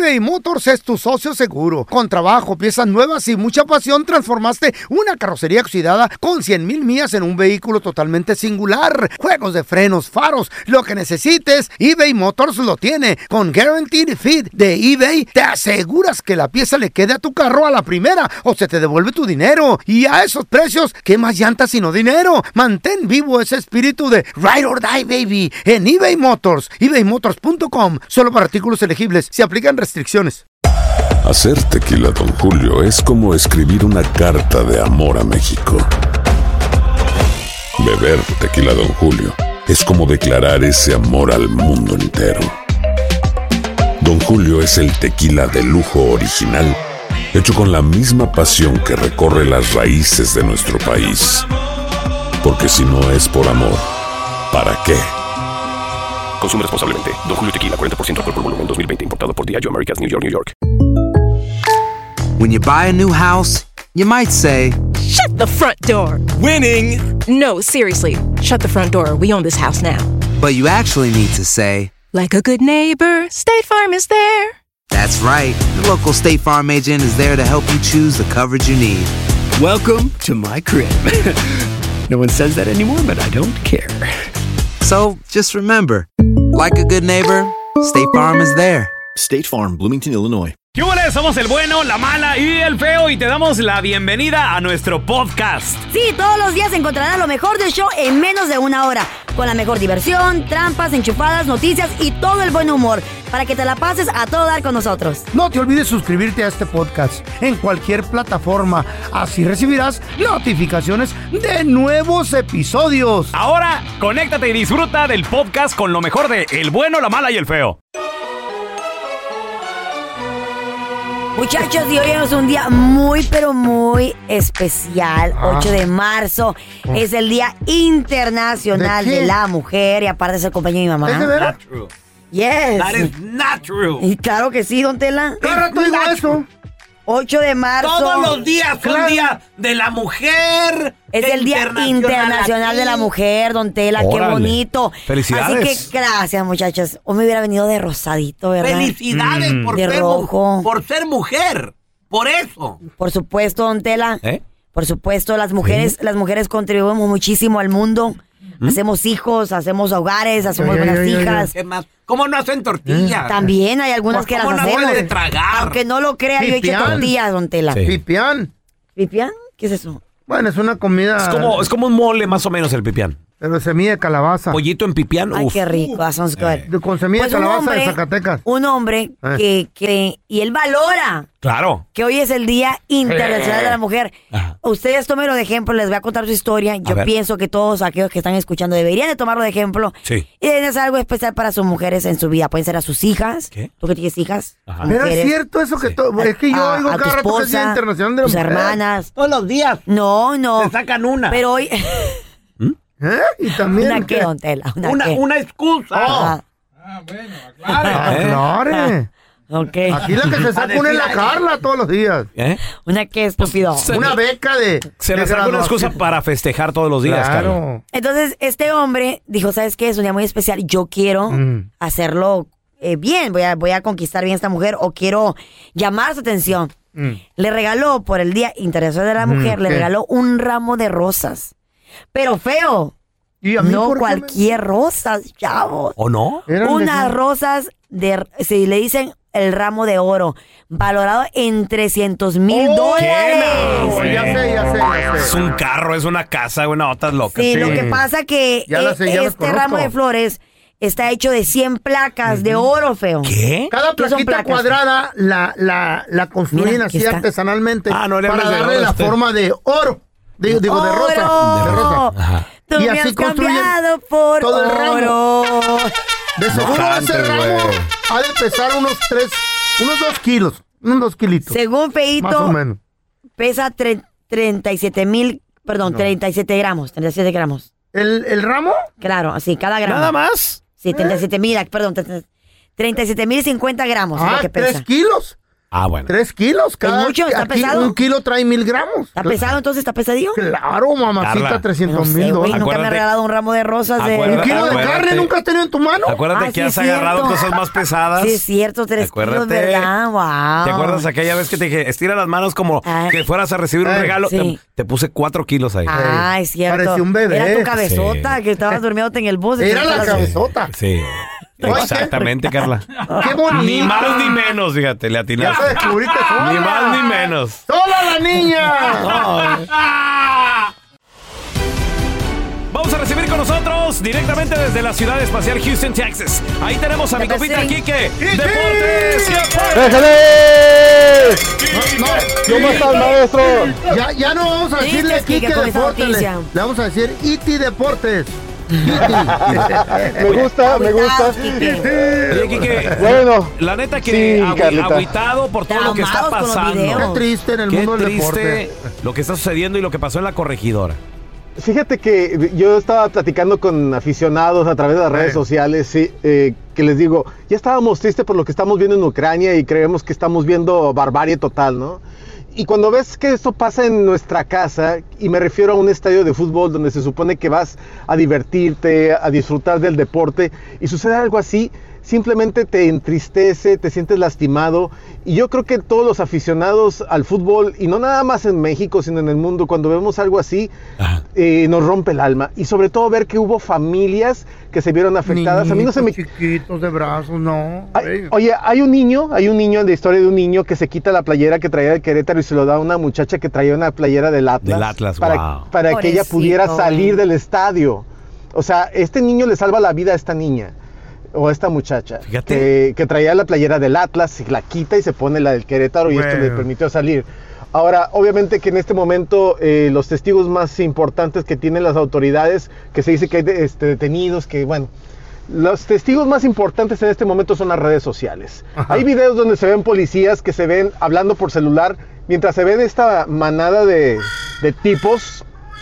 eBay Motors es tu socio seguro. Con trabajo, piezas nuevas y mucha pasión, transformaste una carrocería oxidada con 100,000 millas en un vehículo totalmente singular. Juegos de frenos, faros, lo que necesites, eBay Motors lo tiene. Con Guaranteed Fit de eBay, te aseguras que la pieza le quede a tu carro a la primera o se te devuelve tu dinero. Y a esos precios, ¿qué más llantas sino dinero? Mantén vivo ese espíritu de Ride or Die, baby, en eBay Motors. ebaymotors.com. Solo para artículos elegibles. Se aplican restricciones. Hacer tequila Don Julio es como escribir una carta de amor a México. Beber tequila Don Julio es como declarar ese amor al mundo entero. Don Julio es el tequila de lujo original, hecho con la misma pasión que recorre las raíces de nuestro país. Porque si no es por amor, ¿para qué? Consume responsablemente. Don Julio Tequila, 40% alcohol por volumen, 2020. Importado por Diageo Americas, New York, New York. When you buy a new house, you might say, "Shut the front door." Winning! No, seriously. Shut the front door. We own this house now. but you actually need to say, Like a good neighbor, State Farm is there. that's right. The local State Farm agent is there to help you choose the coverage you need. Welcome to my crib. No one says that anymore, but I don't care. So just remember, like a good neighbor, State Farm is there. State Farm, Bloomington, Illinois. ¿Qué huele? Somos el bueno, la mala y el feo y te damos la bienvenida a nuestro podcast. Sí, todos los días encontrarás lo mejor del show en menos de una hora. Con la mejor diversión, trampas, enchufadas, noticias y todo el buen humor. Para que te la pases a todo dar con nosotros. No te olvides suscribirte a este podcast en cualquier plataforma. Así recibirás notificaciones de nuevos episodios. Ahora, conéctate y disfruta del podcast con lo mejor de El bueno, la mala y el feo. Muchachos, y hoy es un día muy, pero muy especial. 8 de marzo es el Día Internacional de la Mujer. Y aparte es el compañero de mi mamá. ¿Es de veras? Not true. Yes. That is not true. Y claro que sí, don Tela. Cada rato digo eso. 8 de marzo. Todos los días son día de la mujer. Es el Día Internacional de la Mujer, don Tela. Qué Órale. bonito. Felicidades. Así que gracias, muchachos. Hoy me hubiera venido de rosadito, ¿verdad? Felicidades De rojo. por ser mujer. Por eso. Por supuesto, don Tela. ¿Eh? Por supuesto, las mujeres contribuimos muchísimo al mundo. Hacemos hijos, hacemos hogares, hacemos buenas hijas. ¿Qué más? ¿Cómo no hacen tortillas? También hay algunas que las ¿Cómo no hacemos. puede tragar? Aunque no lo crea, yo he hecho Pipián. tortillas, don Tela. Sí. Pipián. ¿Pipián? ¿Qué es eso? Bueno, es una comida. Es como un mole más o menos el pipián. Pero semilla de calabaza. Pollito en pipián. Ay, uf. qué rico. That sounds good. Con semilla Pues de un calabaza hombre- de Zacatecas. Un hombre que y él valora Claro. que hoy es el Día Internacional de la Mujer. Ajá. Ustedes tómenlo de ejemplo, les voy a contar su historia. Yo ver. pienso que todos aquellos que están escuchando deberían de tomarlo de ejemplo. Sí. Y deben hacer algo especial para sus mujeres en su vida. Pueden ser a sus hijas. ¿Qué? ¿Tú que tienes hijas? Ajá. Pero Mujeres. es cierto eso que Sí. es que yo oigo a tu cada rato que es Día esposa, Internacional de la tus Mujer. hermanas. Todos los días No. te sacan una. Pero hoy... ¿Eh? Y también. ¿Una qué, don Tela? Una excusa. Ajá. Claro. Ok. Aquí la que se saca una es la Carla todos los días. ¿Eh? ¿Una qué, estúpido? Una beca de. Se de le saca una excusa graduación. para festejar todos los días, Carla. Claro. Entonces, este hombre dijo, ¿sabes qué? Es un día muy especial. Yo quiero hacerlo bien. Voy a conquistar bien a esta mujer o quiero llamar su atención. Le regaló, por el Día Internacional de la Mujer, le ¿qué? regaló un ramo de rosas. Pero feo. ¿Y a mí No por qué cualquier rosas, chavos. ¿O no? Eran Unas de- rosas si le dicen el ramo de oro, valorado en $300,000. Oh, ya sé. Es un carro, es una casa, una otra loca. Sí, lo que pasa que Ya las sé, ya las este conozco. ramo de flores está hecho de 100 placas de oro, feo. ¿Qué? Cada ¿Qué son plaquita placas? cuadrada la construyen Mira, aquí así está. artesanalmente Ah, no le para hables de darle oro, la forma de oro. Digo, de rosa. De rosa. Ajá. Tú Y me así has construyen cambiado por todo el ramo. oro. De seguro cantes, ese ramo güey. ha de pesar unos 2 kilos. Unos 2 kilitos. Según Más o Feito, menos. pesa 37 gramos. 37 gramos. ¿El ramo? Claro, así, cada gramo. ¿Nada más? Sí, 37,000, perdón, 37,050 gramos es lo que 3 pesa. kilos. Bueno. 3 kilos cada. mucho, está pesado. 1 kilo trae 1,000 gramos. ¿Está pesado entonces? ¿Está pesadillo? Claro, mamacita, Carla. $300,000. Nunca me ha regalado un ramo de rosas de... ¿1 kilo de carne nunca has tenido en tu mano? Acuérdate que has agarrado cosas más pesadas. Sí, es cierto, 3 kilos, ¿verdad? Wow. ¿Te acuerdas aquella vez que te dije, estira las manos como que fueras a recibir un regalo? Sí. Te puse 4 kilos ahí. Es cierto. Parecía un bebé. Era tu cabezota, que estabas durmiéndote en el bus. Era la cabezota. Sí. Exactamente, Carla. ¡Qué bonito! Ni más ni menos, fíjate, le atinaste. Ya descubriste sola. Ni más ni menos. ¡Sola la niña! Vamos a recibir con nosotros directamente desde la ciudad espacial Houston, Texas. Ahí tenemos a mi compita Quique. ¡Deportes! ¡Déjale! ¿Cómo estás, maestro? Ya no vamos a decirle Quique Deportes. Le vamos a decir Iti Deportes. me gusta. Oye, Quique, bueno, la neta que sí, agüitado por todo lo que está pasando. Qué triste en el mundo del deporte. Lo que está sucediendo y lo que pasó en la corregidora. Fíjate que yo estaba platicando con aficionados a través de las redes sociales, que les digo, ya estábamos tristes por lo que estamos viendo en Ucrania y creemos que estamos viendo barbarie total, ¿no? Y cuando ves que esto pasa en nuestra casa, y me refiero a un estadio de fútbol donde se supone que vas a divertirte, a disfrutar del deporte, y sucede algo así, simplemente te entristece, te sientes lastimado. Y yo creo que todos los aficionados al fútbol, y no nada más en México, sino en el mundo, cuando vemos algo así, nos rompe el alma. Y sobre todo ver que hubo familias que se vieron afectadas. Niñitos, a mí no se me... chiquitos de brazos, no. Oye, hay un niño, la historia de un niño que se quita la playera que traía de Querétaro y se lo da a una muchacha que traía una playera del Atlas. Para que ella pudiera salir del estadio. O sea, este niño le salva la vida a esta niña. O a esta muchacha que traía la playera del Atlas, se la quita y se pone la del Querétaro y esto le permitió salir. Ahora, obviamente que en este momento los testigos más importantes que tienen las autoridades, que se dice que hay detenidos, que bueno, los testigos más importantes en este momento son las redes sociales. Ajá. Hay videos donde se ven policías que se ven hablando por celular, mientras se ven esta manada de tipos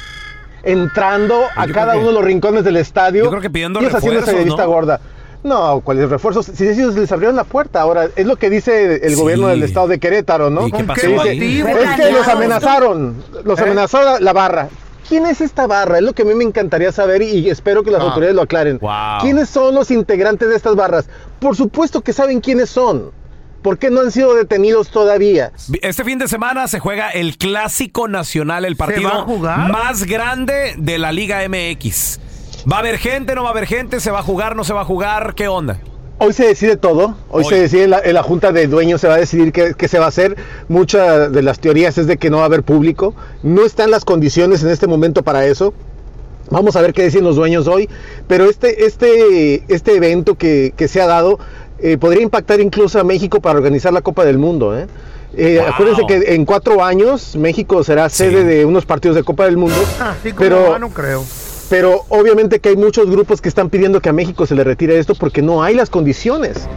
entrando a cada uno de los rincones del estadio. Yo creo que pidiendo refuerzos, haciéndose de vista gorda. No, ¿cuáles refuerzos? Si ellos les abrieron la puerta. Ahora, es lo que dice el gobierno del estado de Querétaro, ¿no? ¿Y qué pasó ahí? Es que los amenazaron. Los amenazó la barra. ¿Quién es esta barra? Es lo que a mí me encantaría saber y espero que las autoridades lo aclaren. Wow. ¿Quiénes son los integrantes de estas barras? Por supuesto que saben quiénes son. ¿Por qué no han sido detenidos todavía? Este fin de semana se juega el Clásico Nacional, el partido más grande de la Liga MX. ¿Va a haber gente, no va a haber gente? ¿Se va a jugar, no se va a jugar? ¿Qué onda? Hoy se decide todo. Hoy se decide en la junta de dueños, se va a decidir qué se va a hacer. Muchas de las teorías es de que no va a haber público. No están las condiciones en este momento para eso. Vamos a ver qué deciden los dueños hoy. Pero este evento que se ha dado podría impactar incluso a México para organizar la Copa del Mundo. Wow. Acuérdense que en 4 años México será sede de unos partidos de Copa del Mundo. Así como no creo. Pero obviamente que hay muchos grupos que están pidiendo que a México se le retire esto porque no hay las condiciones.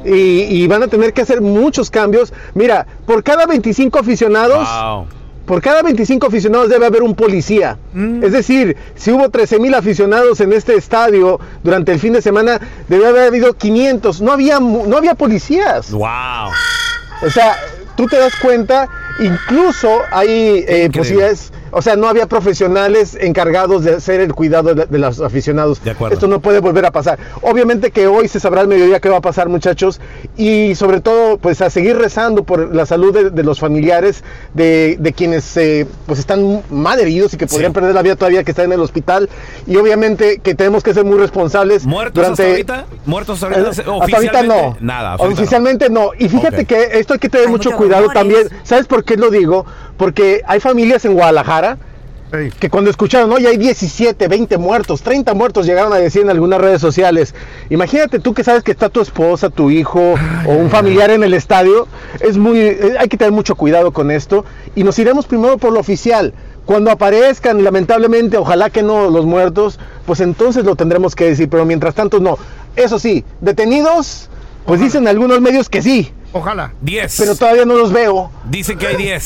Y van a tener que hacer muchos cambios. Mira, por cada 25 aficionados... Wow. Por cada 25 aficionados debe haber un policía. Es decir, si hubo 13,000 aficionados en este estadio durante el fin de semana, debe haber habido 500. No había policías. Wow. O sea, tú te das cuenta, incluso hay posibilidades, o sea, no había profesionales encargados de hacer el cuidado de los aficionados. De acuerdo. Esto no puede volver a pasar. Obviamente que hoy se sabrá al mediodía qué va a pasar, muchachos, y sobre todo, pues a seguir rezando por la salud de los familiares, de quienes pues están mal heridos y que podrían perder la vida todavía, que están en el hospital, y obviamente que tenemos que ser muy responsables. ¿Muertos hasta ahorita? ¿Muertos hasta ahorita? Hasta ahorita no. Nada. Oficialmente no. Y fíjate que esto hay que tener mucho cuidado también. ¿Sabes por qué lo digo? Porque hay familias en Guadalajara que cuando escucharon, oye, hay 17, 20 muertos, 30 muertos, llegaron a decir en algunas redes sociales. Imagínate tú que sabes que está tu esposa, tu hijo o un familiar en el estadio. Hay que tener mucho cuidado con esto y nos iremos primero por lo oficial. Cuando aparezcan, lamentablemente, ojalá que no los muertos, pues entonces lo tendremos que decir, pero mientras tanto no. Eso sí, detenidos, pues dicen algunos medios que sí. Ojalá. 10. Pero todavía no los veo. Dicen que hay 10.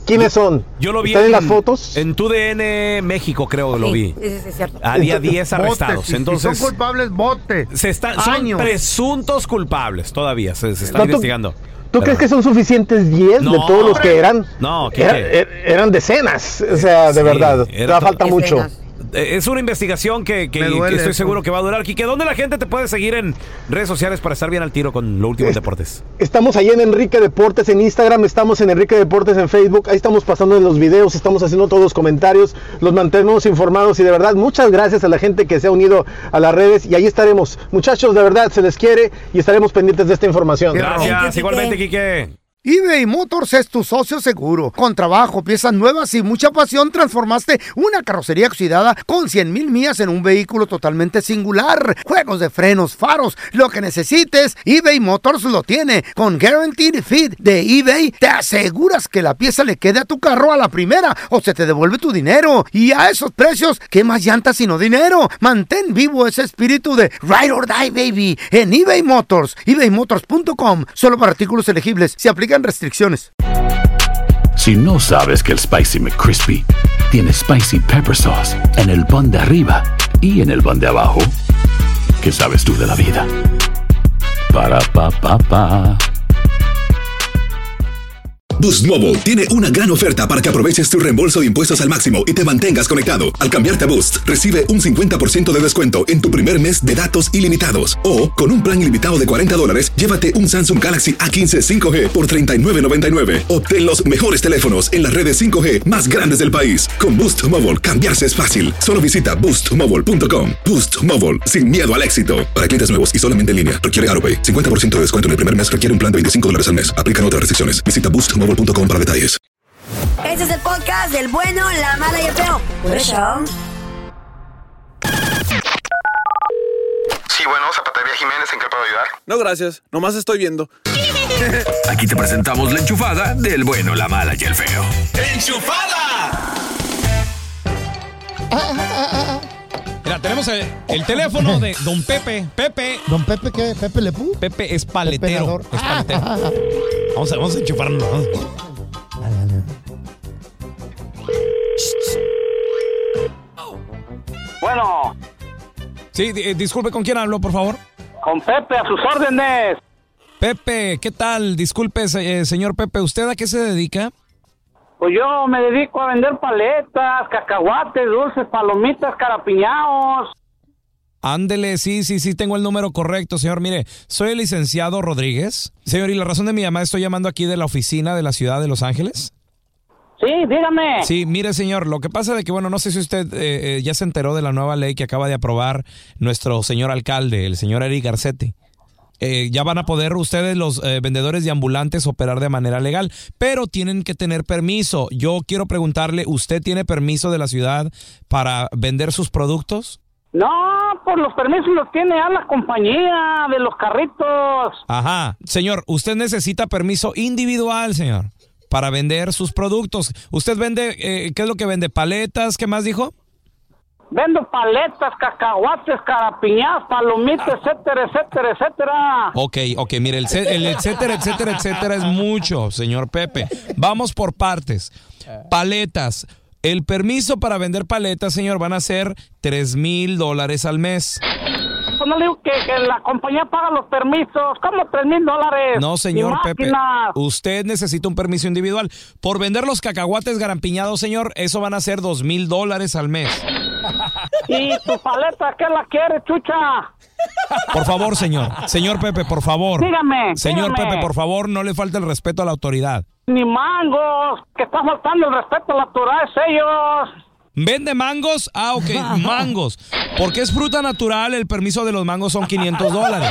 ¿Quiénes son? Yo lo vi. ¿Están en las fotos? En TUDN México, creo, lo vi. Sí, es cierto. Había 10 arrestados. Entonces, son culpables, bote. Son presuntos culpables todavía. Se está investigando. ¿Tú crees que son suficientes 10 de todos los que eran? No, eran decenas. O sea, de verdad. Falta mucho. Es una investigación que estoy seguro que va a durar. Quique, ¿dónde la gente te puede seguir en redes sociales para estar bien al tiro con lo último en deportes? Estamos ahí en Enrique Deportes en Instagram, estamos en Enrique Deportes en Facebook, ahí estamos pasando los videos, estamos haciendo todos los comentarios, los mantenemos informados y de verdad muchas gracias a la gente que se ha unido a las redes y ahí estaremos. Muchachos, de verdad se les quiere y estaremos pendientes de esta información. Gracias, igualmente, Quique. eBay Motors es tu socio seguro. Con trabajo, piezas nuevas y mucha pasión, transformaste una carrocería oxidada con 100,000 millas en un vehículo totalmente singular. Juegos de frenos, faros, lo que necesites, eBay Motors lo tiene. Con Guaranteed Fit de eBay, te aseguras que la pieza le quede a tu carro a la primera o se te devuelve tu dinero. Y a esos precios, ¿qué más llantas sino dinero? Mantén vivo ese espíritu de Ride or Die, baby, en eBay Motors. ebaymotors.com. Solo para artículos elegibles. Se aplica restricciones. Si no sabes que el Spicy McCrispy tiene Spicy Pepper Sauce en el pan de arriba y en el pan de abajo, ¿qué sabes tú de la vida? Para, pa, pa, pa. Boost Mobile tiene una gran oferta para que aproveches tu reembolso de impuestos al máximo y te mantengas conectado. Al cambiarte a Boost, recibe un 50% de descuento en tu primer mes de datos ilimitados. O, con un plan ilimitado de $40, llévate un Samsung Galaxy A15 5G por $39.99. Obtén los mejores teléfonos en las redes 5G más grandes del país. Con Boost Mobile, cambiarse es fácil. Solo visita boostmobile.com. Boost Mobile, sin miedo al éxito. Para clientes nuevos y solamente en línea, requiere AutoPay. 50% de descuento en el primer mes requiere un plan de $25 al mes. Aplican otras restricciones. Visita boostmobile.com para detalles. Este es el podcast del bueno, la mala y el feo. Por eso. Sí, bueno, Zapatería Jiménez, ¿en qué puedo ayudar? No, gracias. Nomás estoy viendo. Aquí te presentamos la enchufada del bueno, la mala y el feo. ¡Enchufada! Mira, tenemos el teléfono de don Pepe. Pepe. ¿Don Pepe qué? ¿Pepe Lepú? Pepe es paletero. Es paletero. Vamos a enchufarnos. Bueno. Sí, disculpe, ¿con quién hablo, por favor? Con Pepe, a sus órdenes. Pepe, ¿qué tal? Disculpe, señor Pepe, ¿usted a qué se dedica? Pues yo me dedico a vender paletas, cacahuates, dulces, palomitas, carapiñaos. Ándele, sí, tengo el número correcto, señor. Mire, soy el licenciado Rodríguez. Señor, y la razón de mi llamada, estoy llamando aquí de la oficina de la ciudad de Los Ángeles. Sí, dígame. Sí, mire, señor, lo que pasa es que, bueno, no sé si usted ya se enteró de la nueva ley que acaba de aprobar nuestro señor alcalde, el señor Eric Garcetti. Ya van a poder ustedes, los vendedores de ambulantes, operar de manera legal, pero tienen que tener permiso. Yo quiero preguntarle, ¿usted tiene permiso de la ciudad para vender sus productos? No, pues los permisos los tiene a la compañía de los carritos. Ajá. Señor, usted necesita permiso individual, señor, para vender sus productos. ¿Usted vende, qué es lo que vende? ¿Paletas? ¿Qué más dijo? Vendo paletas, cacahuates, carapiñas, palomitas, etcétera, etcétera, etcétera. Ok, mire, el etcétera, etcétera, etcétera es mucho, señor Pepe. Vamos por partes. Paletas. El permiso para vender paletas, señor, van a ser $3,000 al mes. Pues no le digo que la compañía paga los permisos. ¿Cómo $3,000? No, señor Pepe. Usted necesita un permiso individual. Por vender los cacahuates garampiñados, señor, eso van a ser $2,000 al mes. ¿Y tu paleta qué la quiere, chucha? Por favor, señor. Señor Pepe, por favor. Dígame. Señor Pepe, por favor, no le falte el respeto a la autoridad. Ni mangos, que está faltando el respeto a la autoridad, es ellos. ¿Vende mangos? Ah, ok, mangos. Porque es fruta natural, el permiso de los mangos son $500.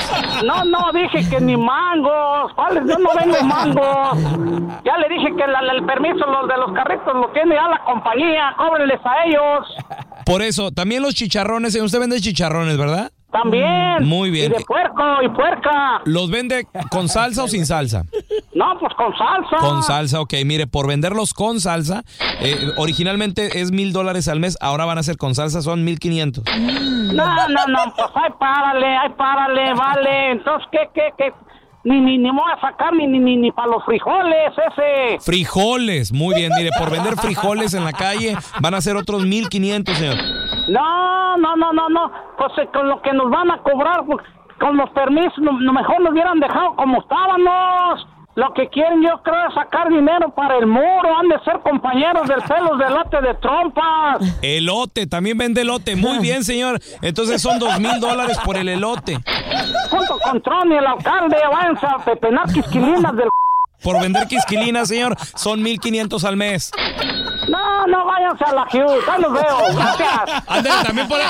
No, dije que ni mangos. ¿Cuáles? Yo no vendo mangos. Ya le dije que el permiso los de los carritos lo tiene ya la compañía. Cóbrenles a ellos. Por eso, también los chicharrones. Usted vende chicharrones, ¿verdad? También. Muy bien. Y de puerco y puerca. ¿Los vende con salsa o sin salsa? No, pues con salsa. Con salsa, ok. Mire, por venderlos con salsa, originalmente es $1,000 al mes, ahora van a ser con salsa, son $1,500. No, pues ay, párale, vale. Entonces, ¿qué? Ni me voy a sacar ni para los frijoles, ese. Frijoles, muy bien. Mire, por vender frijoles en la calle van a ser otros 1,500, señor. No. Pues con lo que nos van a cobrar, pues, con los permisos, mejor nos hubieran dejado como estábamos. Lo que quieren, yo creo, es sacar dinero para el muro. Han de ser compañeros del pelos de elote de trompas. Elote, también vende elote. Muy bien, señor. Entonces son $2,000 por el elote. Junto con Tron y el alcalde, váyanse a pepenar quisquilinas del... Por vender quisquilinas, señor, son 1,500 al mes. No, váyanse a la Hughes. Ahí los veo. Gracias. Ándale, también por...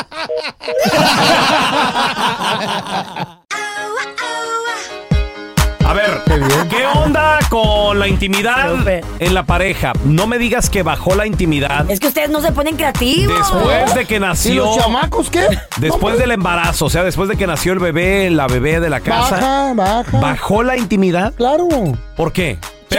A ver, ¿qué onda con la intimidad en la pareja? No me digas que bajó la intimidad. Es que ustedes no se ponen creativos. Después de que nació... ¿Y los chamacos qué? Después del embarazo, o sea, después de que nació el bebé, la bebé de la casa. Baja. ¿Bajó la intimidad? Claro. ¿Por qué?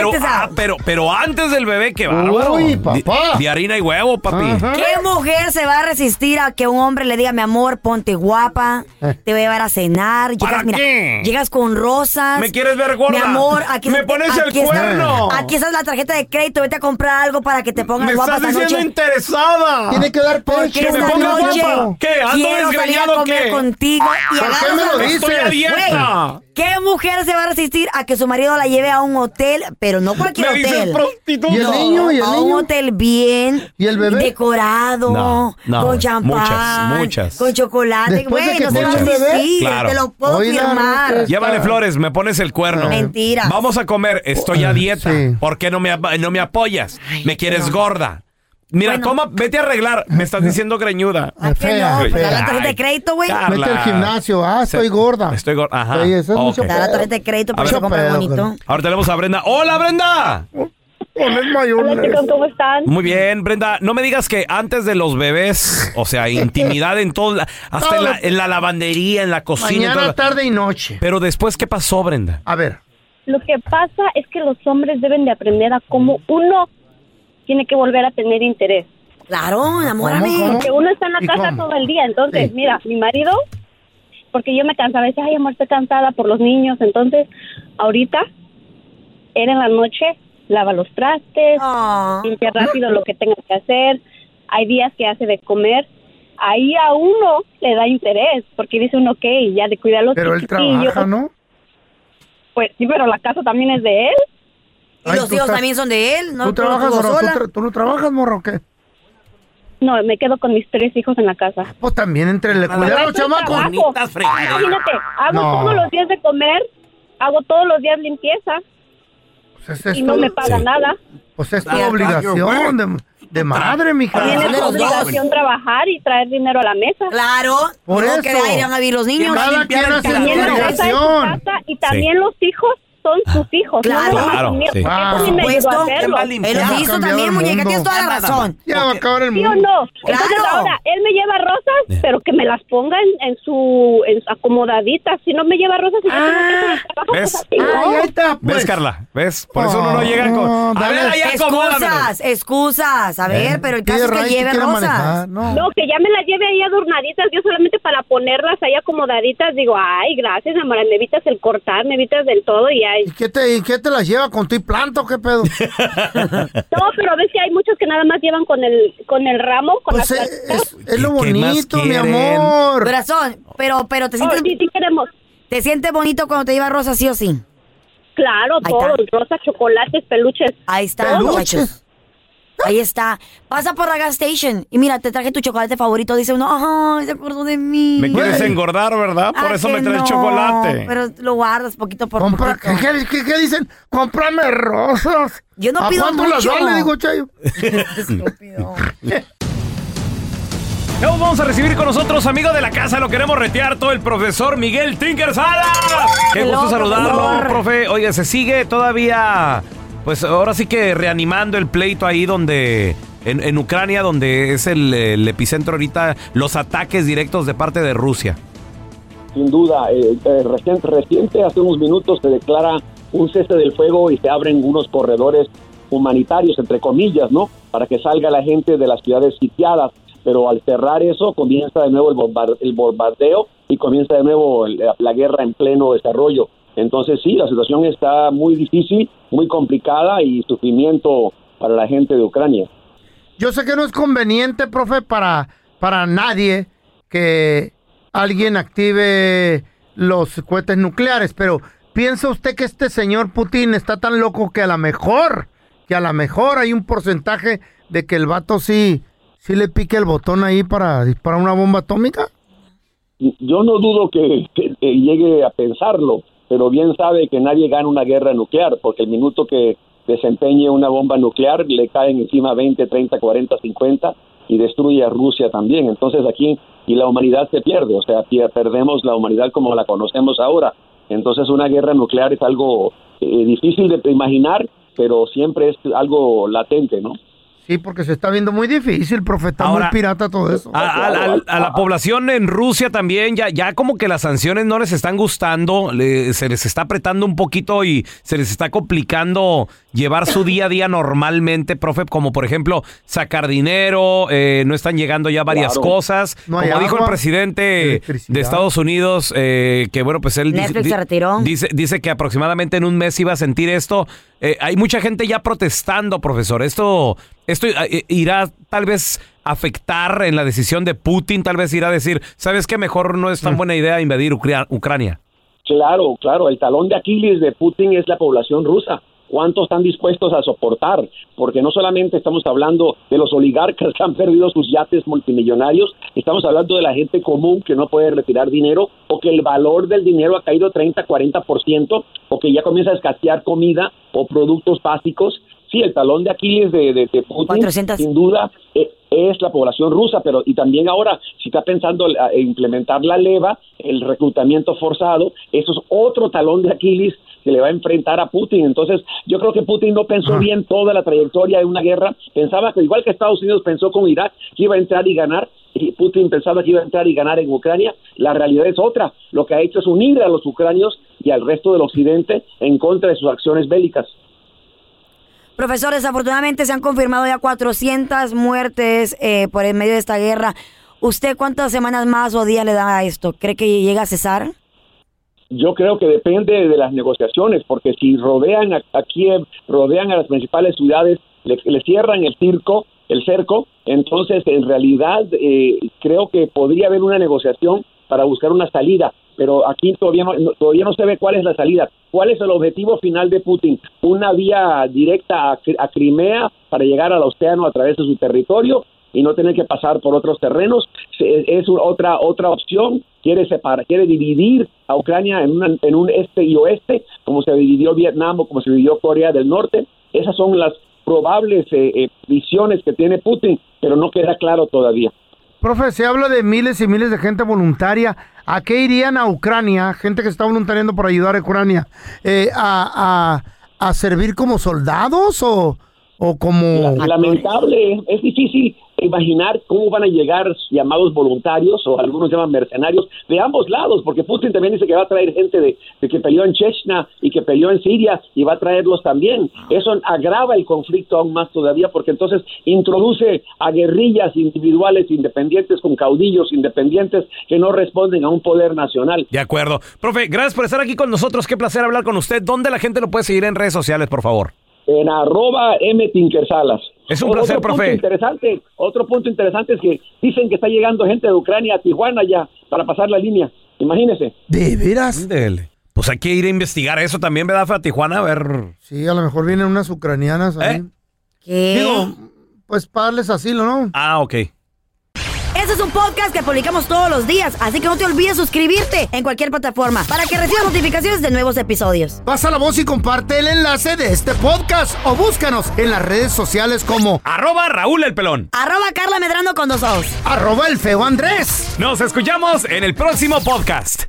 Pero antes del bebé, qué bárbaro. Uy, papá. De harina y huevo, papi. Ajá. ¿Qué mujer se va a resistir a que un hombre le diga, mi amor, ponte guapa, te voy a llevar a cenar? ¿Para qué? Llegas con rosas. ¿Me quieres ver gorda? Mi amor, ¡Me pones el cuerno! Aquí está la tarjeta de crédito, vete a comprar algo para que te pongas guapa esta noche. ¡Me estás diciendo interesada! Tiene que dar pecho. ¿Que me pongas guapa? ¿Qué? ¿Ando quiero salir a comer contigo y ¿por qué me lo dices? ¡Estoy a dieta! ¿Qué mujer se va a resistir a que su marido la lleve a un hotel, pero no cualquier hotel? Prostituta. ¿Y el niño? ¿Y el a niño? un hotel bien ¿Y el bebé? decorado, con champán, muchas. con chocolate. Después de Güey, que no se va a tenga un bebé. resistir, Claro. te lo puedo Oiga, firmar. Llévale flores, me pones el cuerno. Mentira. Vamos a comer, estoy a dieta. Sí. ¿Por qué no me apoyas? Me quieres gorda. Mira, Bueno. toma, vete a arreglar. Me estás diciendo greñuda. ¿A qué no? Pues da la tarjeta de crédito, güey. Carla. Vete al gimnasio. Estoy gorda. Estoy gorda. Ajá. Sí, eso es mucho Ok. Da la tarjeta de crédito para que Mucho compre pedo, bonito. Ahora tenemos a Brenda. ¡Hola, Brenda! Hola, chicos, ¿cómo están? Muy bien, Brenda. No me digas que antes de los bebés, o sea, intimidad en todo, hasta en la lavandería, en la cocina. Mañana, tarde y noche. Pero después, ¿qué pasó, Brenda? A ver. Lo que pasa es que los hombres deben de aprender a cómo uno tiene que volver a tener interés. Claro, enamórame. ¿Cómo? Porque uno está en la ¿Y casa cómo? todo el día. Entonces, Sí. mira, mi marido, porque yo me cansaba, decía, ay, amor, estoy cansada por los niños. Entonces, ahorita, él en la noche lava los trastes, limpia rápido lo que tenga que hacer. Hay días que hace de comer. Ahí a uno le da interés, porque dice uno, ok, ya de cuidar los Pero él chiquitillos. trabaja, ¿no? Pues sí, pero la casa también es de él. Y los hijos también son de él, ¿no? ¿Tú trabajas, Tú morro? sola. ¿Tú no trabajas, morro, o qué? No, me quedo con mis 3 hijos en la casa. Pues también entre el cuidar a los chamacos. Imagínate, hago No. todos los días de comer, hago todos los días limpieza Pues es y no tu- me pagan nada. Pues es tu obligación de madre, mija. También es tu obligación trabajar y traer dinero a la mesa. Claro, Por no eso. que de ahí van a vivir los niños. Cada quien hace su También la casa es su obligación. casa y también los hijos son sus hijos. Claro. no nomás Claro, los míos, sí. porque Ah, eso sí me por ayudó a supuesto. hacerlo. Él los hizo también, muñeca, tienes toda la razón. Ya va a acabar el ¿Sí o mundo. no? Entonces Claro. ahora, él me lleva rosas, pero que me las ponga en su acomodaditas. Si no me lleva rosas, y yo tengo que hacer el trabajo, ¿ves? pues así, ¿no? Ay, ahí está, pues. ¿Ves, Carla? ¿Ves? Por eso uno no llega con... A dale. ver, ahí acomódamelo. Excusas. A ver, pero el caso es que lleve rosas. No, que ya me las lleve ahí adornaditas, yo solamente para ponerlas ahí acomodaditas, digo, ay, gracias, amor, me evitas el cortar, me evitas del todo y ay. ¿Y qué te las lleva con tu y planto o qué pedo? No, pero ves que hay muchos que nada más llevan con el ramo, con Pues las es lo ¿Qué más bonito, mi quieren? amor. Corazón, pero te sientes... sí queremos. ¿Te sientes bonito cuando te lleva rosas, sí o sí? Claro, Ahí todos, está. rosas, chocolates, peluches. Ahí está, muchachos. Ahí está. Pasa por la gas station y mira, te traje tu chocolate favorito. Dice uno, ay, se acordó de mí. Me quieres engordar, ¿verdad? Por Ah, eso que me traes no, chocolate. Pero lo guardas poquito por Compra, poquito. ¿qué dicen? Cómprame rosas. Yo no ¿A pido cuánto las mucho. vale? Digo, Chayo. Luego vamos a recibir con nosotros, amigo de la casa, lo queremos retear todo el profesor Miguel Tinker Salas. Qué gusto Hello, saludarlo, profesor. profe. Oiga, se sigue todavía, pues ahora sí que reanimando el pleito ahí donde, en Ucrania, donde es el epicentro ahorita, los ataques directos de parte de Rusia. Sin duda, reciente, hace unos minutos se declara un cese del fuego y se abren unos corredores humanitarios, entre comillas, ¿no? Para que salga la gente de las ciudades sitiadas. Pero al cerrar eso, comienza de nuevo el bombardeo y comienza de nuevo la guerra en pleno desarrollo. Entonces sí, la situación está muy difícil, muy complicada y sufrimiento para la gente de Ucrania. Yo sé que no es conveniente, profe, para nadie que alguien active los cohetes nucleares, pero ¿piensa usted que este señor Putin está tan loco que a lo mejor hay un porcentaje de que el vato sí le pique el botón ahí para disparar una bomba atómica? Yo no dudo que llegue a pensarlo, pero bien sabe que nadie gana una guerra nuclear, porque el minuto que desempeñe una bomba nuclear le caen encima 20, 30, 40, 50 y destruye a Rusia también. Entonces aquí y la humanidad se pierde, o sea, perdemos la humanidad como la conocemos ahora. Entonces una guerra nuclear es algo difícil de imaginar, pero siempre es algo latente, ¿no? Sí, porque se está viendo muy difícil, profe, está muy pirata todo eso. A la población en Rusia también, ya como que las sanciones no les están gustando, se les está apretando un poquito y se les está complicando llevar su día a día normalmente, profe, como por ejemplo sacar dinero, no están llegando ya varias cosas. No como dijo el presidente de Estados Unidos, que bueno, pues él Netflix se retiró. Dice que aproximadamente en un mes iba a sentir esto. Hay mucha gente ya protestando, profesor. Esto irá tal vez afectar en la decisión de Putin, tal vez irá a decir, ¿sabes qué? Mejor no es tan buena idea invadir Ucrania. Claro, el talón de Aquiles de Putin es la población rusa. ¿Cuántos están dispuestos a soportar? Porque no solamente estamos hablando de los oligarcas que han perdido sus yates multimillonarios, estamos hablando de la gente común que no puede retirar dinero o que el valor del dinero ha caído 30, 40% o que ya comienza a escasear comida o productos básicos. Sí, el talón de Aquiles de Putin, 400. Sin duda, es la población rusa, pero y también ahora, si está pensando implementar la leva, el reclutamiento forzado, eso es otro talón de Aquiles que le va a enfrentar a Putin. Entonces, yo creo que Putin no pensó bien toda la trayectoria de una guerra. Pensaba que, igual que Estados Unidos pensó con Irak, que iba a entrar y ganar, y Putin pensaba que iba a entrar y ganar en Ucrania. La realidad es otra. Lo que ha hecho es unir a los ucranios y al resto del occidente en contra de sus acciones bélicas. Profesor, desafortunadamente se han confirmado ya 400 muertes por el medio de esta guerra. ¿Usted cuántas semanas más o días le da a esto? ¿Cree que llega a cesar? Yo creo que depende de las negociaciones, porque si rodean a Kiev, rodean a las principales ciudades, le cierran el cerco, entonces en realidad creo que podría haber una negociación para buscar una salida, pero aquí todavía no se ve cuál es la salida. ¿Cuál es el objetivo final de Putin? ¿Una vía directa a Crimea para llegar al océano a través de su territorio y no tener que pasar por otros terrenos? Es otra opción. Quiere dividir a Ucrania en un este y oeste, como se dividió Vietnam o como se dividió Corea del Norte. Esas son las probables visiones que tiene Putin, pero no queda claro todavía. Profe, se habla de miles y miles de gente voluntaria. ¿A qué irían a Ucrania? Gente que está voluntariando por ayudar a Ucrania. ¿A servir como soldados o como...? Lamentable, es difícil imaginar cómo van a llegar llamados voluntarios o algunos llaman mercenarios de ambos lados, porque Putin también dice que va a traer gente de que peleó en Chechnya y que peleó en Siria y va a traerlos también. Eso agrava el conflicto aún más todavía, porque entonces introduce a guerrillas individuales independientes con caudillos independientes que no responden a un poder nacional. De acuerdo. Profe, gracias por estar aquí con nosotros. Qué placer hablar con usted. ¿Dónde la gente lo puede seguir en redes sociales, por favor? En @mtinkersalas. Es un placer, profe. Otro punto interesante es que dicen que está llegando gente de Ucrania a Tijuana ya para pasar la línea. Imagínese. ¿De veras? Pues hay que ir a investigar eso también, ¿verdad? A Tijuana, a ver. Sí, a lo mejor vienen unas ucranianas ahí. ¿Qué? Digo, pues para darles asilo, ¿no? Ah, ok. Este es un podcast que publicamos todos los días, así que no te olvides suscribirte en cualquier plataforma para que recibas notificaciones de nuevos episodios. Pasa la voz y comparte el enlace de este podcast o búscanos en las redes sociales como @Raúl el Pelón, @Carla Medrano con 2 O's, @El Feo Andrés. Nos escuchamos en el próximo podcast.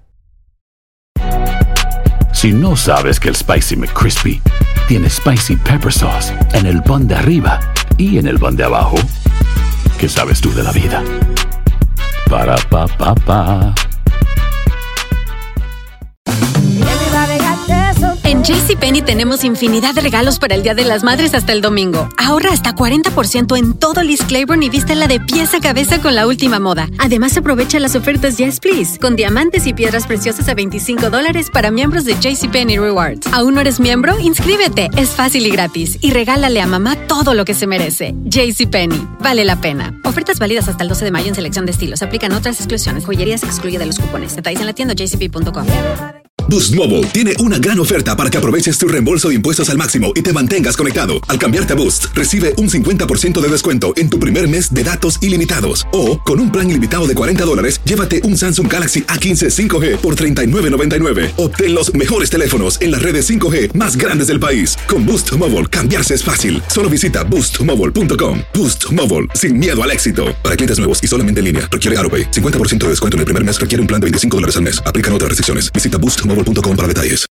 Si no sabes que el Spicy McCrispy tiene Spicy Pepper Sauce en el pan de arriba y en el pan de abajo, ¿qué sabes tú de la vida? Para pa pa pa. En JCPenney tenemos infinidad de regalos para el Día de las Madres hasta el domingo. Ahorra hasta 40% en todo Liz Claiborne y vístela de pies a cabeza con la última moda. Además, aprovecha las ofertas Yes Please, con diamantes y piedras preciosas a $25 para miembros de JCPenney Rewards. ¿Aún no eres miembro? Inscríbete. Es fácil y gratis. Y regálale a mamá todo lo que se merece. JCPenney. Vale la pena. Ofertas válidas hasta el 12 de mayo en selección de estilos. Aplican otras exclusiones. Joyería se excluye de los cupones. Detalles en la tienda jcp.com. Boost Mobile tiene una gran oferta para que aproveches tu reembolso de impuestos al máximo y te mantengas conectado. Al cambiarte a Boost, recibe un 50% de descuento en tu primer mes de datos ilimitados. O, con un plan ilimitado de $40, llévate un Samsung Galaxy A15 5G por $39.99. Obtén los mejores teléfonos en las redes 5G más grandes del país. Con Boost Mobile, cambiarse es fácil. Solo visita boostmobile.com. Boost Mobile, sin miedo al éxito. Para clientes nuevos y solamente en línea, requiere AutoPay. 50% de descuento en el primer mes requiere un plan de $25 al mes. Aplican otras restricciones. Visita boostmobile.com para detalles.